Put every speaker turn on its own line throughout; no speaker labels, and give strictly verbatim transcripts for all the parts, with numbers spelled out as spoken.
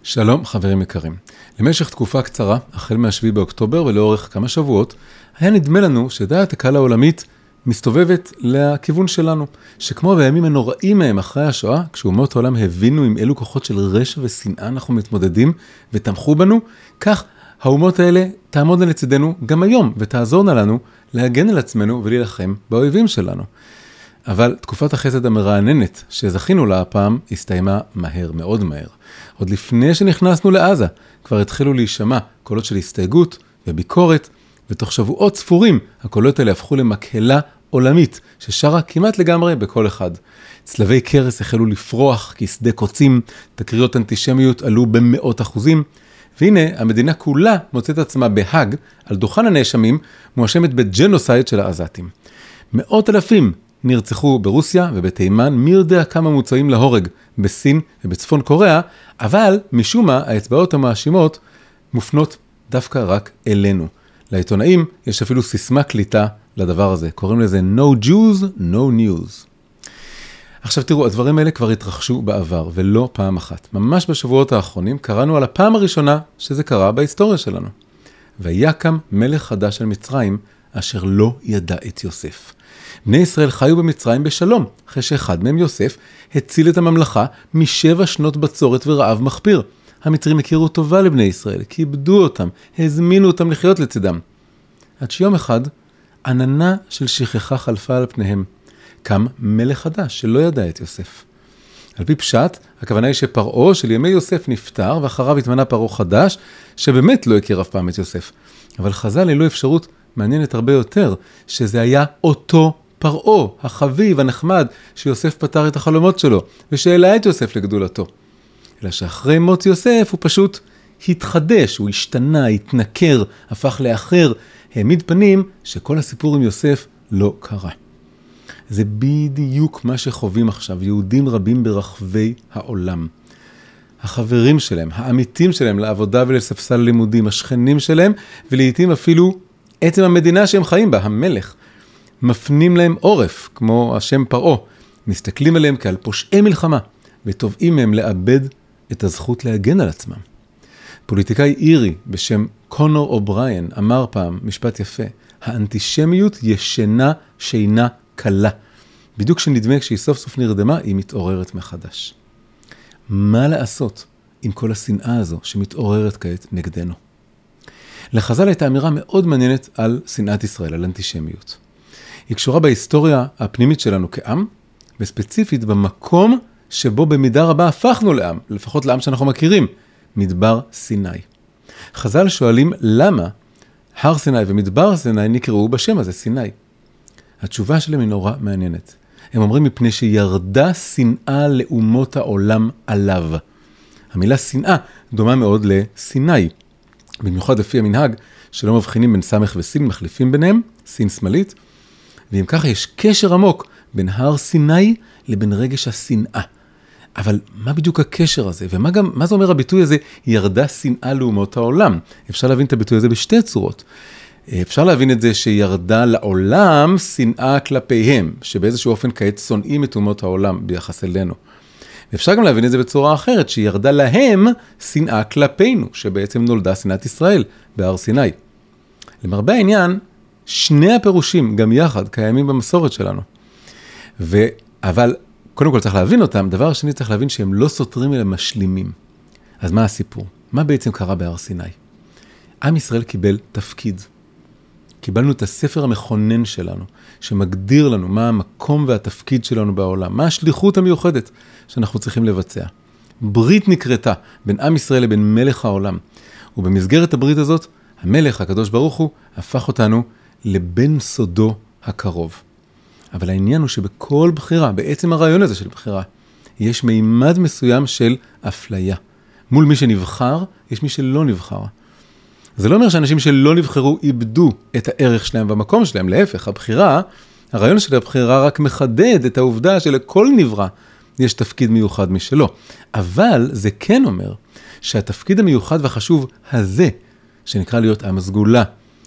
שלום חברים יקרים. למשך תקופה קצרה, החל מהשביעי באוקטובר ולאורך כמה שבועות, היה נדמה לנו שדעת הקהל העולמית מסתובבת לכיוון שלנו, שכמו בימים הנוראים מהם אחרי השואה, כשאומות העולם הבינו עם אילו כוחות של רשע ושנאה אנחנו מתמודדים ותמכו בנו, כך האומות האלה תעמודנה לצדנו גם היום ותעזורנה לנו להגן על עצמנו ולהילחם באויבים שלנו. אבל תקופת החסד המרעננת שזכינו לה הפעם הסתיימה מהר, מאוד מהר. עוד לפני שנכנסנו לעזה, כבר התחילו להישמע קולות של הסתייגות וביקורת, ותוך שבועות ספורים הקולות האלה הפכו למקהלה עולמית ששרה כמעט לגמרי בכל אחד. צלבי קרס החלו לפרוח כשדה קוצים, תקריות אנטישמיות עלו במאות אחוזים, והנה המדינה כולה מוצאת עצמה בהאג, על דוכן הנאשמים, מואשמת בג'נוסייד של העזתים. מאות אלפים נרצחו ברוסיה ובתימן, מי יודע כמה מוצאים להורג בסין ובצפון קוריאה, אבל משום מה האצבעות המאשימות מופנות דווקא רק אלינו. לעיתונאים יש אפילו סיסמה קליטה לדבר הזה, קוראים לזה No Jews, No News. עכשיו תראו, הדברים האלה כבר התרחשו בעבר ולא פעם אחת. ממש בשבועות האחרונים קראנו על הפעם הראשונה שזה קרה בהיסטוריה שלנו. ויקם מלך חדש של מצרים אשר לא ידע את יוסף. בני ישראל חיו במצרים בשלום, אחרי שאחד מהם יוסף הציל את הממלכה משבע שנות בצורת ורעב מחפיר. המצרים הכירו טובה לבני ישראל, כיבדו אותם, הזמינו אותם לחיות לצדם. עד שיום אחד, עננה של שכחה חלפה על פניהם. קם מלך חדש שלא ידע את יוסף. על פי פשט, הכוונה היא שפרעה של ימי יוסף נפטר, ואחריו התמנה פרעה חדש, שבאמת לא הכיר אף פעם את יוסף. אבל חז"ל העלו אפשרות מעניינת הרבה יותר, שזה היה אותו פרעה, החביב, הנחמד, שיוסף פתר את החלומות שלו, ושהעלה את יוסף לגדולתו. אלא שאחרי מות יוסף הוא פשוט התחדש, הוא השתנה, התנקר, הפך לאחר, העמיד פנים שכל הסיפור עם יוסף לא קרה. זה בדיוק מה שחווים עכשיו יהודים רבים ברחבי העולם. החברים שלהם, העמיתים שלהם לעבודה ולספסל לימודים, השכנים שלהם, ולעיתים אפילו עצם המדינה שהם חיים בה, המלך, מפנים להם עורף, כמו השם פרעה, מסתכלים עליהם כעל פושעי מלחמה, ותובעים מהם לאבד את הזכות להגן על עצמם. פוליטיקאי אירי בשם קונור אובריין אמר פעם משפט יפה, האנטישמיות ישנה שינה קלה. בדיוק כשנדמה כשהיא סוף סוף נרדמה, היא מתעוררת מחדש. מה לעשות עם כל השנאה הזו שמתעוררת כעת נגדנו? לחז"ל הייתה אמירה מאוד מעניינת על שנאת ישראל, על אנטישמיות. היא קשורה בהיסטוריה הפנימית שלנו כעם, וספציפית במקום שבו במידה רבה הפכנו לעם, לפחות לעם שאנחנו מכירים, מדבר סיני. חז"ל שואלים למה הר סיני ומדבר סיני נקראו בשם הזה, סיני. התשובה שלהם היא נורא מעניינת. הם אומרים מפני שירדה שנאה לאומות העולם עליו. המילה שנאה דומה מאוד לסיני. במיוחד לפי המנהג שלא מבחינים בין סמך וסין, מחליפים ביניהם, סין שמאלית. ואם ככה יש קשר עמוק בין הר סיני לבין רגש השנאה. אבל מה בדיוק הקשר הזה? ומה גם, מה זה אומר הביטוי הזה, ירדה שנאה לאומות העולם? אפשר להבין את הביטוי הזה בשתי צורות. אפשר להבין את זה שירדה לעולם שנאה כלפיהם, שבאיזשהו אופן כעת שונאים את אומות העולם ביחס אלינו. ואפשר גם להבין את זה בצורה אחרת, שירדה להם שנאה כלפינו, שבעצם נולדה שנאת ישראל בהר סיני. למרבה העניין, שני הפירושים גם יחד קיימים במסורת שלנו. ו... אבל קודם כל צריך להבין אותם, דבר שני צריך להבין שהם לא סותרים אלא משלימים. אז מה הסיפור? מה בעצם קרה בהר סיני? עם ישראל קיבל תפקיד. קיבלנו את הספר המכונן שלנו, שמגדיר לנו מה המקום והתפקיד שלנו בעולם, מה השליחות המיוחדת שאנחנו צריכים לבצע. ברית נקרתה בין עם ישראל לבין מלך העולם. ובמסגרת הברית הזאת, המלך הקדוש ברוך הוא הפך אותנו לבן סודו הקרוב. אבל העניין הוא שבכל בחירה, בעצם הרעיון הזה של בחירה, יש מימד מסוים של אפליה. מול מי שנבחר, יש מי שלא נבחר. זה לא אומר שאנשים שלא נבחרו איבדו את הערך שלהם במקום שלהם. להפך, הבחירה, הרעיון של הבחירה רק מחדד את העובדה שלכל נברא יש תפקיד מיוחד משלו. אבל זה כן אומר שהתפקיד המיוחד והחשוב הזה, שנקרא להיות עם הסגולה,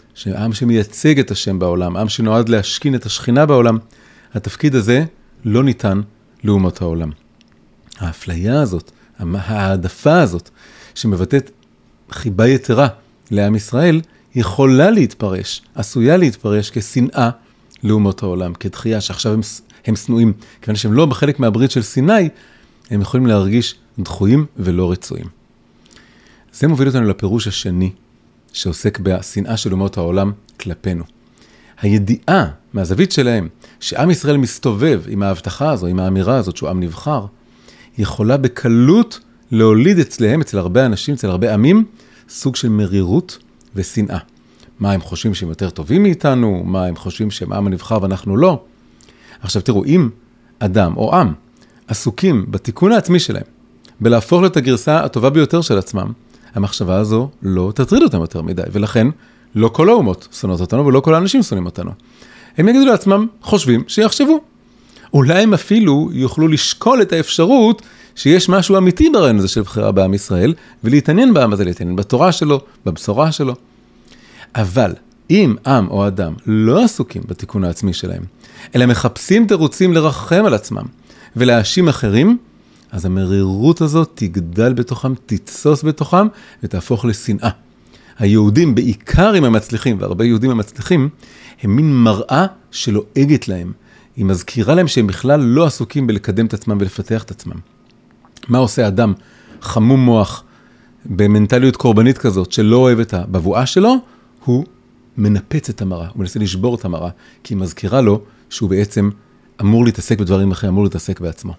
עם שמייצג את השם בעולם, עם שנועד להשכין את השכינה בעולם, התפקיד הזה לא ניתן לאומות העולם. האפליה הזאת, העדפה הזאת, שמבטאת חיבה יתרה לעם ישראל, יכולה להתפרש, עשויה להתפרש כשנאה לאומות העולם, כדחייה שעכשיו הם, הם שנואים, כיוון שהם לא בחלק מהברית של סיני, הם יכולים להרגיש דחויים ולא רצויים. זה מוביל אותנו לפירוש השני, שעוסק בשנאה של אומות העולם כלפינו. הידיעה מהזווית שלהם, שעם ישראל מסתובב עם ההבטחה הזו, עם האמירה הזאת שהוא עם נבחר, יכולה בקלות להוליד אצלהם, אצל הרבה אנשים, אצל הרבה עמים, סוג של מרירות ושנאה. מה הם חושבים שהם יותר טובים מאיתנו? מה הם חושבים שהם עם הנבחר ואנחנו לא? עכשיו תראו, אם אדם או עם עסוקים בתיקון העצמי שלהם, בלהפוך את הגרסה הטובה ביותר של עצמם, המחשבה הזו לא תטריד אותם יותר מדי, ולכן לא כל האומות שונאות אותנו ולא כל האנשים שונאים אותנו. הם יגידו לעצמם, חושבים שיחשבו. אולי הם אפילו יוכלו לשקול את האפשרות שיש משהו אמיתי ברעיון הזה של בחירה בעם ישראל, ולהתעניין בעם הזה, להתעניין בתורה שלו, בבשורה שלו. אבל אם עם או אדם לא עסוקים בתיקון העצמי שלהם, אלא מחפשים תירוצים לרחם על עצמם ולהאשים אחרים, אז המרירות הזאת תגדל בתוכם, תצוס בתוכם ותהפוך לשנאה. היהודים, בעיקר אם הם מצליחים, והרבה יהודים הם מצליחים, הם מין מראה שלועגת להם. היא מזכירה להם שהם בכלל לא עסוקים בלקדם את עצמם ולפתח את עצמם. מה עושה אדם חמום מוח במנטליות קורבנית כזאת שלא אוהב את הבבואה שלו? הוא מנפץ את המראה, הוא מנסה לשבור את המראה, כי היא מזכירה לו שהוא בעצם אמור להתעסק בדברים אחרים, אמור להתעסק בעצמו.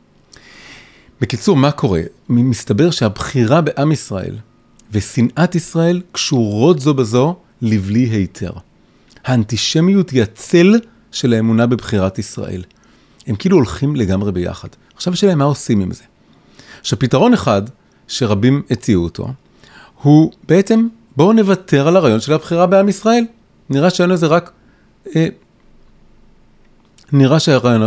בקיצור, מה קורה? מסתבר שהבחירה בעם ישראל ושנאת ישראל קשורות זו בזו לבלי היתר. האנטישמיות היא הצל של האמונה בבחירת ישראל. הם כאילו הולכים לגמרי ביחד. עכשיו השאלה מה עושים עם זה? עכשיו פתרון אחד שרבים הציעו אותו, הוא בעצם בואו נוותר על הרעיון של הבחירה בעם ישראל. נראה שהרעיון הזה רק, אה, נראה שהרעיון,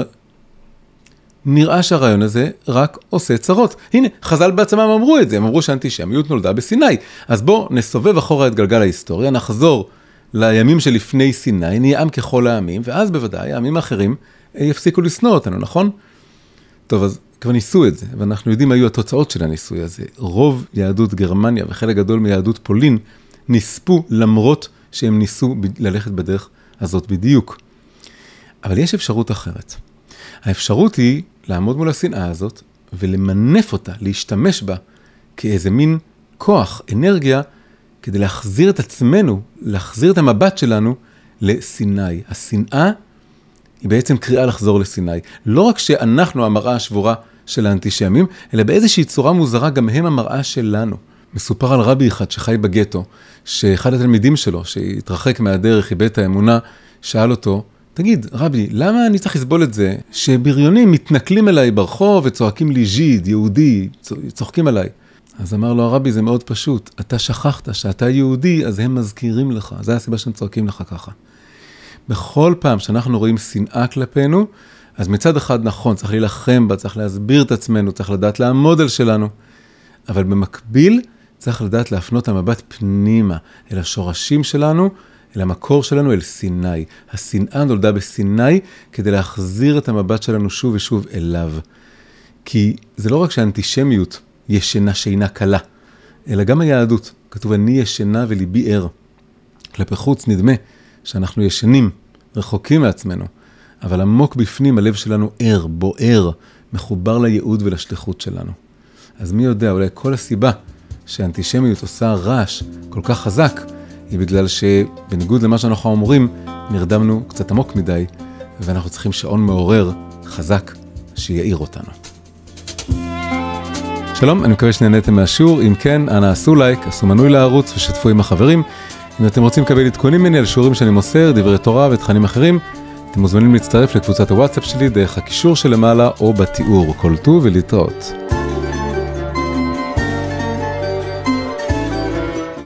נראה שהרעיון הזה רק עושה צרות. הנה, חז"ל בעצמם אמרו את זה, הם אמרו שהאנטישמיות נולדה בסיני. אז בואו נסובב אחורה את גלגל ההיסטוריה, נחזור לימים שלפני סיני, נהיה עם ככל העמים, ואז בוודאי העמים האחרים יפסיקו לשנוא אותנו, נכון? טוב, אז כבר ניסו את זה, ואנחנו יודעים מה היו התוצאות של הניסוי הזה. רוב יהדות גרמניה וחלק גדול מיהדות פולין נספו למרות שהם ניסו ללכת בדרך הזאת בדיוק. אבל יש אפשרות אחרת. האפשרות היא לעמוד מול השנאה הזאת ולמנף אותה, להשתמש בה כאיזה מין כוח, אנרגיה, כדי להחזיר את עצמנו, להחזיר את המבט שלנו לסיני. השנאה היא בעצם קריאה לחזור לסיני. לא רק שאנחנו המראה השבורה של האנטישמים, אלא באיזושהי צורה מוזרה גם הם המראה שלנו. מסופר על רבי אחד שחי בגטו, שאחד התלמידים שלו, שהתרחק מהדרך, איבד את האמונה, שאל אותו, תגיד, רבי, למה אני צריך לסבול את זה שבריונים מתנכלים אליי ברחוב וצועקים לי ז'יד, יהודי, צוחקים עליי? אז אמר לו הרבי, זה מאוד פשוט, אתה שכחת שאתה יהודי, אז הם מזכירים לך, זה הסיבה שהם צועקים לך ככה. בכל פעם שאנחנו רואים שנאה כלפינו, אז מצד אחד נכון, צריך להילחם בה, צריך להסביר את עצמנו, צריך לדעת לעמוד על שלנו, אבל במקביל צריך לדעת להפנות המבט פנימה, אל השורשים שלנו, אל המקור שלנו, אל סיני. השנאה נולדה בסיני כדי להחזיר את המבט שלנו שוב ושוב אליו. כי זה לא רק שהאנטישמיות ישנה שינה קלה, אלא גם היהדות. כתוב, אני ישנה וליבי ער. כלפי חוץ נדמה שאנחנו ישנים, רחוקים מעצמנו, אבל עמוק בפנים הלב שלנו ער, בוער, מחובר לייעוד ולשליחות שלנו. אז מי יודע, אולי כל הסיבה שהאנטישמיות עושה רעש כל כך חזק, היא בגלל שבניגוד למה שאנחנו אומרים, נרדמנו קצת עמוק מדי, ואנחנו צריכים שעון מעורר חזק שיעיר אותנו. שלום, אני מקווה שנהנתם מהשיעור. אם כן, אנא עשו לייק, עשו מנוי לערוץ ושתפו עם החברים. אם אתם רוצים לקבל עדכונים ממני על שיעורים שאני מוסר, דברי תורה ותכנים אחרים, אתם מוזמנים להצטרף לקבוצת הוואטסאפ שלי דרך הקישור שלמעלה או בתיאור. כל טוב ולהתראות.